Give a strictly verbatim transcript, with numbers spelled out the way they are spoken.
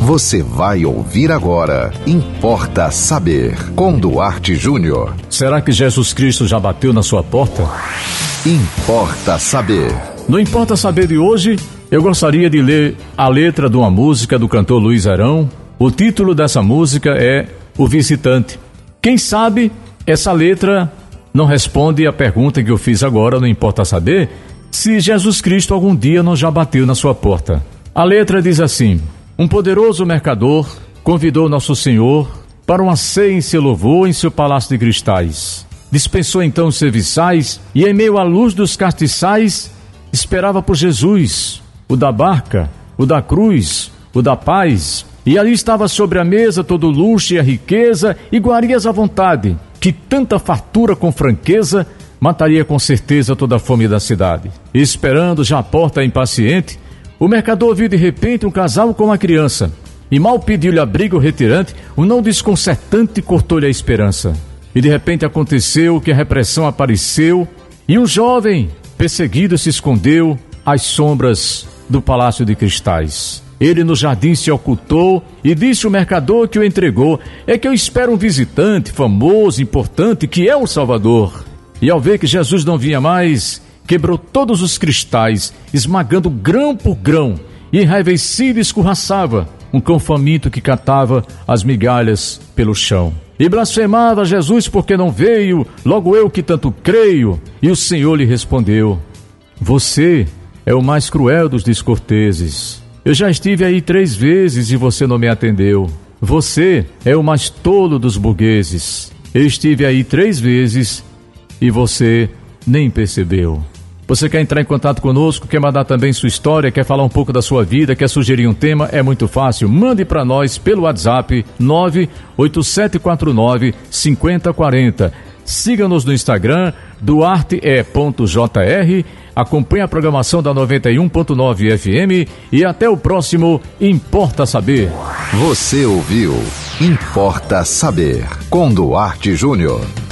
Você vai ouvir agora Importa Saber, com Duarte Júnior. Será que Jesus Cristo já bateu na sua porta? Importa Saber. No Importa Saber de hoje, eu gostaria de ler a letra de uma música do cantor Luiz Arão. O título dessa música é O Visitante. Quem sabe essa letra não responde a pergunta que eu fiz agora no Importa Saber, se Jesus Cristo algum dia não já bateu na sua porta. A letra diz assim: um poderoso mercador convidou Nosso Senhor para uma ceia em seu louvor em seu palácio de cristais. Dispensou então os serviçais e, em meio à luz dos castiçais, esperava por Jesus, o da barca, o da cruz, o da paz. E ali estava sobre a mesa todo o luxo e a riqueza, iguarias à vontade, que tanta fartura com franqueza mataria com certeza toda a fome da cidade. E esperando já a porta impaciente, o mercador viu de repente um casal com uma criança, e mal pediu-lhe abrigo retirante, o não desconcertante cortou-lhe a esperança. E de repente aconteceu que a repressão apareceu, e um jovem perseguido se escondeu às sombras do palácio de cristais. Ele no jardim se ocultou e disse o mercador que o entregou: é que eu espero um visitante famoso, importante, que é o Salvador. E ao ver que Jesus não vinha mais, quebrou todos os cristais, esmagando grão por grão, e enraivecido escorraçava um cão faminto que catava as migalhas pelo chão. E blasfemava Jesus porque não veio, logo eu que tanto creio. E o Senhor lhe respondeu: você é o mais cruel dos descorteses. Eu já estive aí três vezes e você não me atendeu. Você é o mais tolo dos burgueses. Eu estive aí três vezes e você nem percebeu. Você quer entrar em contato conosco, quer mandar também sua história, quer falar um pouco da sua vida, quer sugerir um tema? É muito fácil. Mande para nós pelo WhatsApp nove oito sete quatro nove cinco zero quatro zero. Siga-nos no Instagram, duarte e ponto j r. Acompanhe a programação da noventa e um ponto nove F M e até o próximo Importa Saber. Você ouviu Importa Saber, com Duarte Júnior.